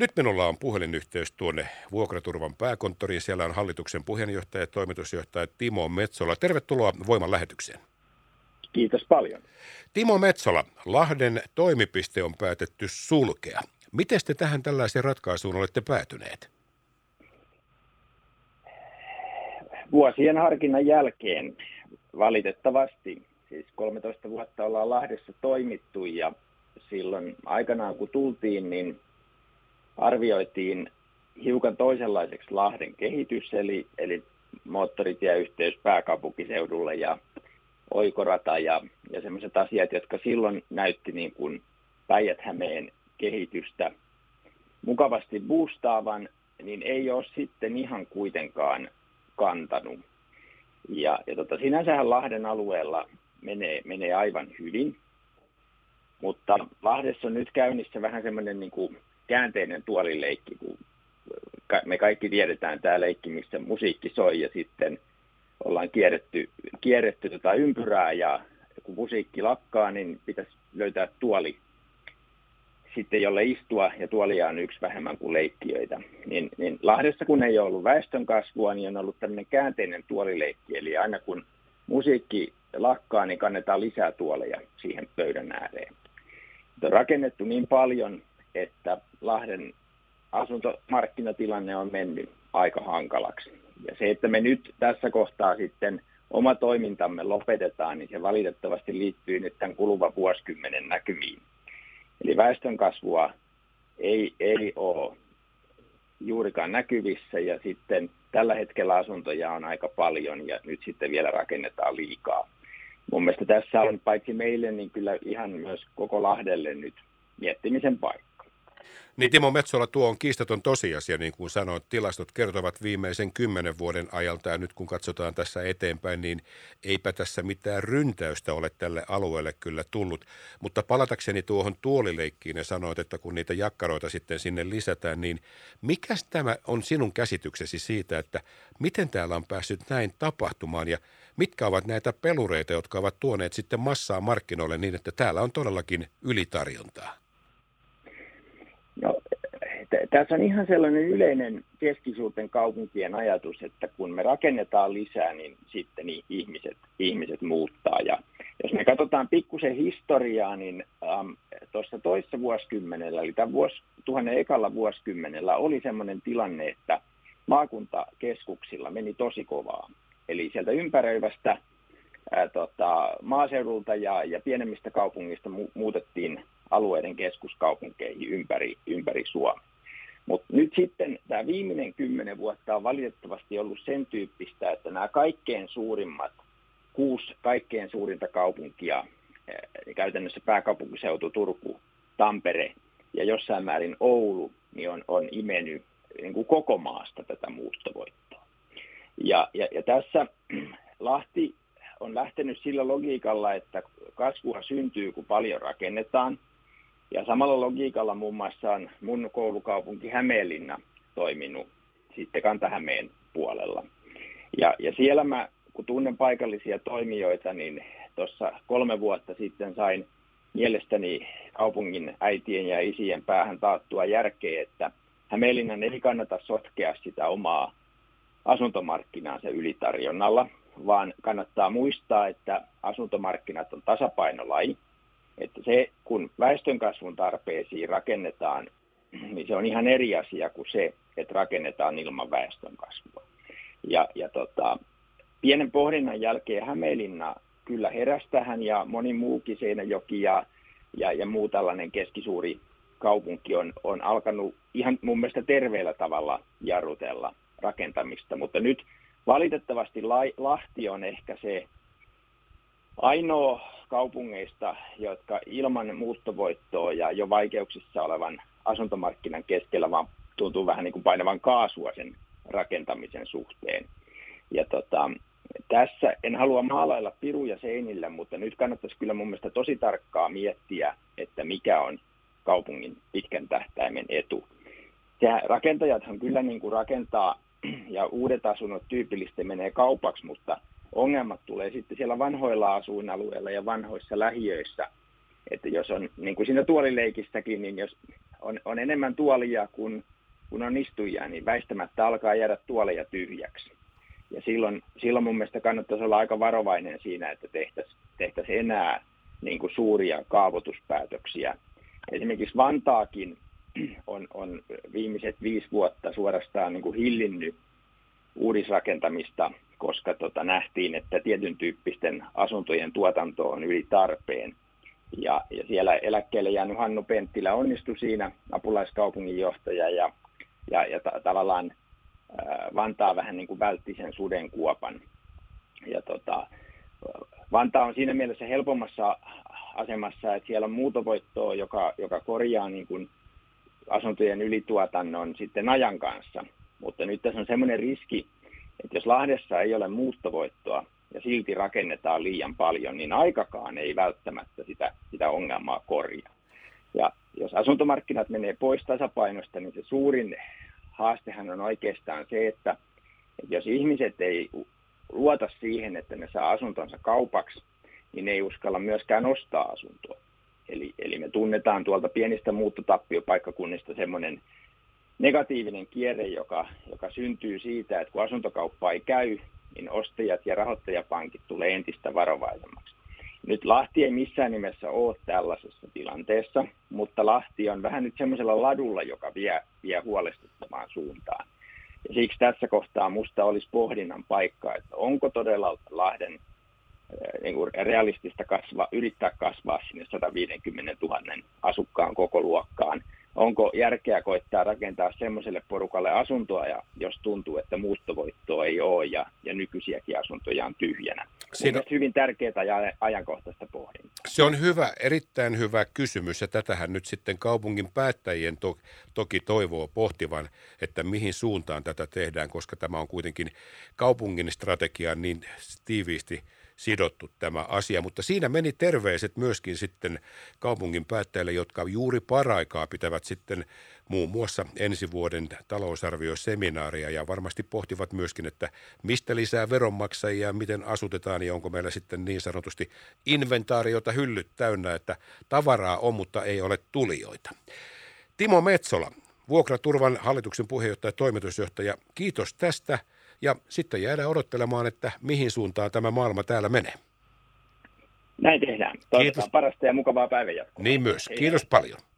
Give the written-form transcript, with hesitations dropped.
Nyt minulla on puhelinyhteys tuonne Vuokraturvan pääkonttoriin. Siellä on hallituksen puheenjohtaja ja toimitusjohtaja Timo Metsola. Tervetuloa Voiman lähetykseen. Kiitos paljon. Timo Metsola, Lahden toimipiste on päätetty sulkea. Miten te tähän tällaiseen ratkaisuun olette päätyneet? Vuosien harkinnan jälkeen valitettavasti, siis 13 vuotta ollaan Lahdessa toimittu ja silloin aikanaan kun tultiin, niin arvioitiin hiukan toisenlaiseksi Lahden kehitys, eli moottoritieyhteys pääkaupunkiseudulle ja oikorata ja sellaiset asiat, jotka silloin näytti niin kuin Päijät-Hämeen kehitystä mukavasti boostaavan, niin ei ole sitten ihan kuitenkaan kantanut. Ja sinänsähän Lahden alueella menee aivan hyvin, mutta Lahdessa on nyt käynnissä vähän semmoinen niin kuin käänteinen tuolileikki, kun me kaikki tiedetään tämä leikki, missä musiikki soi ja sitten ollaan kierretty ympyrää ja kun musiikki lakkaa, niin pitäisi löytää tuoli sitten, jolle istua ja tuolia on yksi vähemmän kuin leikkijöitä. Niin Lahdessa kun ei ole ollut väestönkasvua, niin on ollut tämmöinen käänteinen tuolileikki, eli aina kun musiikki lakkaa, niin kannetaan lisää tuoleja siihen pöydän ääreen. On rakennettu niin paljon, että Lahden asuntomarkkinatilanne on mennyt aika hankalaksi. Ja se, että me nyt tässä kohtaa sitten oma toimintamme lopetetaan, niin se valitettavasti liittyy nyt tämän kuluvan vuosikymmenen näkymiin. Eli väestönkasvua ei ole juurikaan näkyvissä ja sitten tällä hetkellä asuntoja on aika paljon ja nyt sitten vielä rakennetaan liikaa. Mun mielestä tässä on paitsi meille, niin kyllä ihan myös koko Lahdelle nyt miettimisen paikka. Niin Timo Metsola, tuo on kiistaton tosiasia, niin kuin sanoit, tilastot kertovat viimeisen 10 vuoden ajalta ja nyt kun katsotaan tässä eteenpäin, niin eipä tässä mitään ryntäystä ole tälle alueelle kyllä tullut. Mutta palatakseni tuohon tuolileikkiin ja sanoit, että kun niitä jakkaroita sitten sinne lisätään, niin mikäs tämä on sinun käsityksesi siitä, että miten täällä on päässyt näin tapahtumaan ja mitkä ovat näitä pelureita, jotka ovat tuoneet sitten massaa markkinoille niin, että täällä on todellakin ylitarjontaa? No, tässä on ihan sellainen yleinen keskisuurten kaupunkien ajatus, että kun me rakennetaan lisää, niin sitten niin ihmiset muuttaa. Ja jos me katsotaan pikkusen historiaa, niin tuossa toissa vuosikymmenellä, eli tämän vuosituhannen ekalla vuosikymmenellä oli sellainen tilanne, että maakuntakeskuksilla meni tosi kovaa. Eli sieltä ympäröivästä maaseudulta ja pienemmistä kaupungista muutettiin alueiden keskuskaupunkeihin ympäri Suomea. Mutta nyt sitten tämä viimeinen 10 vuotta on valitettavasti ollut sen tyyppistä, että nämä kaikkein suurimmat, 6 kaikkein suurinta kaupunkia, käytännössä pääkaupunkiseutu, Turku, Tampere ja jossain määrin Oulu, niin on imennyt niin kuin koko maasta tätä muuttovoittoa. Ja tässä Lahti on lähtenyt sillä logiikalla, että kasvua syntyy, kun paljon rakennetaan. Ja samalla logiikalla muun muassa on mun koulukaupunki Hämeenlinna toiminut sitten Kanta-Hämeen puolella. Ja siellä mä, kun tunnen paikallisia toimijoita, niin tuossa 3 vuotta sitten sain mielestäni kaupungin äitien ja isien päähän taattua järkeä, että Hämeenlinnan ei kannata sotkea sitä omaa asuntomarkkinaansa ylitarjonnalla, vaan kannattaa muistaa, että asuntomarkkinat on tasapainolaji. Että se, kun väestönkasvun tarpeisiin rakennetaan, niin se on ihan eri asia kuin se, että rakennetaan ilman väestönkasvua. Ja pienen pohdinnan jälkeen Hämeenlinna kyllä heräsi tähän ja moni muukin, Seinäjoki ja muu tällainen keskisuuri kaupunki on alkanut ihan mun mielestä terveellä tavalla jarrutella rakentamista, mutta nyt valitettavasti Lahti on ehkä se ainoa kaupungeista, jotka ilman muuttovoittoa ja jo vaikeuksissa olevan asuntomarkkinan keskellä vaan tuntuu vähän niin kuin painavan kaasua sen rakentamisen suhteen. Ja tässä en halua maalailla piruja seinillä, mutta nyt kannattaisi kyllä mun mielestä tosi tarkkaa miettiä, että mikä on kaupungin pitkän tähtäimen etu. Rakentajathan kyllä niin kuin rakentaa ja uudet asunnot tyypillisesti menee kaupaksi, mutta ongelmat tulee sitten siellä vanhoilla asuinalueilla ja vanhoissa lähiöissä. Että jos on, niin kuin siinä tuolileikistäkin, niin jos on enemmän tuolia kuin on istujia, niin väistämättä alkaa jäädä tuoleja tyhjäksi. Ja silloin mun mielestä kannattaisi olla aika varovainen siinä, että tehtäisiin enää niin kuin suuria kaavoituspäätöksiä. Esimerkiksi Vantaakin on viimeiset 5 vuotta suorastaan niin kuin hillinnyt uudisrakentamista, koska nähtiin, että tietyn tyyppisten asuntojen tuotanto on yli tarpeen. Ja siellä eläkkeelle jäänyt Hannu Penttilä onnistui siinä, apulaiskaupunginjohtaja, ja tavallaan Vantaa vähän niin kuin vältti sen sudenkuopan. Ja Vantaa on siinä mielessä helpommassa asemassa, että siellä on muuttovoittoa, joka korjaa niin kuin asuntojen ylituotannon sitten ajan kanssa. Mutta nyt tässä on semmoinen riski, että jos Lahdessa ei ole muuttovoittoa ja silti rakennetaan liian paljon, niin aikakaan ei välttämättä sitä ongelmaa korjaa. Ja jos asuntomarkkinat menee pois tasapainosta, niin se suurin haastehan on oikeastaan se, että jos ihmiset ei luota siihen, että ne saa asuntonsa kaupaksi, niin ne ei uskalla myöskään ostaa asuntoa. Eli me tunnetaan tuolta pienistä muuttotappiopaikkakunnista semmoinen negatiivinen kierre, joka syntyy siitä, että kun asuntokauppa ei käy, niin ostajat ja rahoittajapankit tulee entistä varovaisemmaksi. Nyt Lahti ei missään nimessä ole tällaisessa tilanteessa, mutta Lahti on vähän nyt semmoisella ladulla, joka vie huolestuttavaan suuntaan. Ja siksi tässä kohtaa musta olisi pohdinnan paikka, että onko todella Lahden niin kuin realistista yrittää kasvaa sinne 150 000 asukkaan kokoluokkaan. Onko järkeä koittaa rakentaa semmoiselle porukalle asuntoa, ja jos tuntuu, että muuttovoittoa ei ole ja nykyisiäkin asuntoja on tyhjänä. Siinä hyvin tärkeää ja ajankohtaista pohdintaa. Se on hyvä, erittäin hyvä kysymys, ja tätähän nyt sitten kaupungin päättäjien toki toivoo pohtivan, että mihin suuntaan tätä tehdään, koska tämä on kuitenkin kaupungin strategiaan niin tiiviisti sidottu tämä asia, mutta siinä meni terveiset myöskin sitten kaupungin päättäjille, jotka juuri paraikaa pitävät sitten muun muassa ensi vuoden talousarvioseminaaria ja varmasti pohtivat myöskin, että mistä lisää veronmaksajia, miten asutetaan ja onko meillä sitten niin sanotusti inventaariota hyllyt täynnä, että tavaraa on, mutta ei ole tulijoita. Timo Metsola, Vuokraturvan hallituksen puheenjohtaja ja toimitusjohtaja, kiitos tästä. Ja sitten jäädään odottelemaan, että mihin suuntaan tämä maailma täällä menee. Näin tehdään. Toivotaan parasta ja mukavaa päivänjatkoa. Niin myös. Kiitos paljon.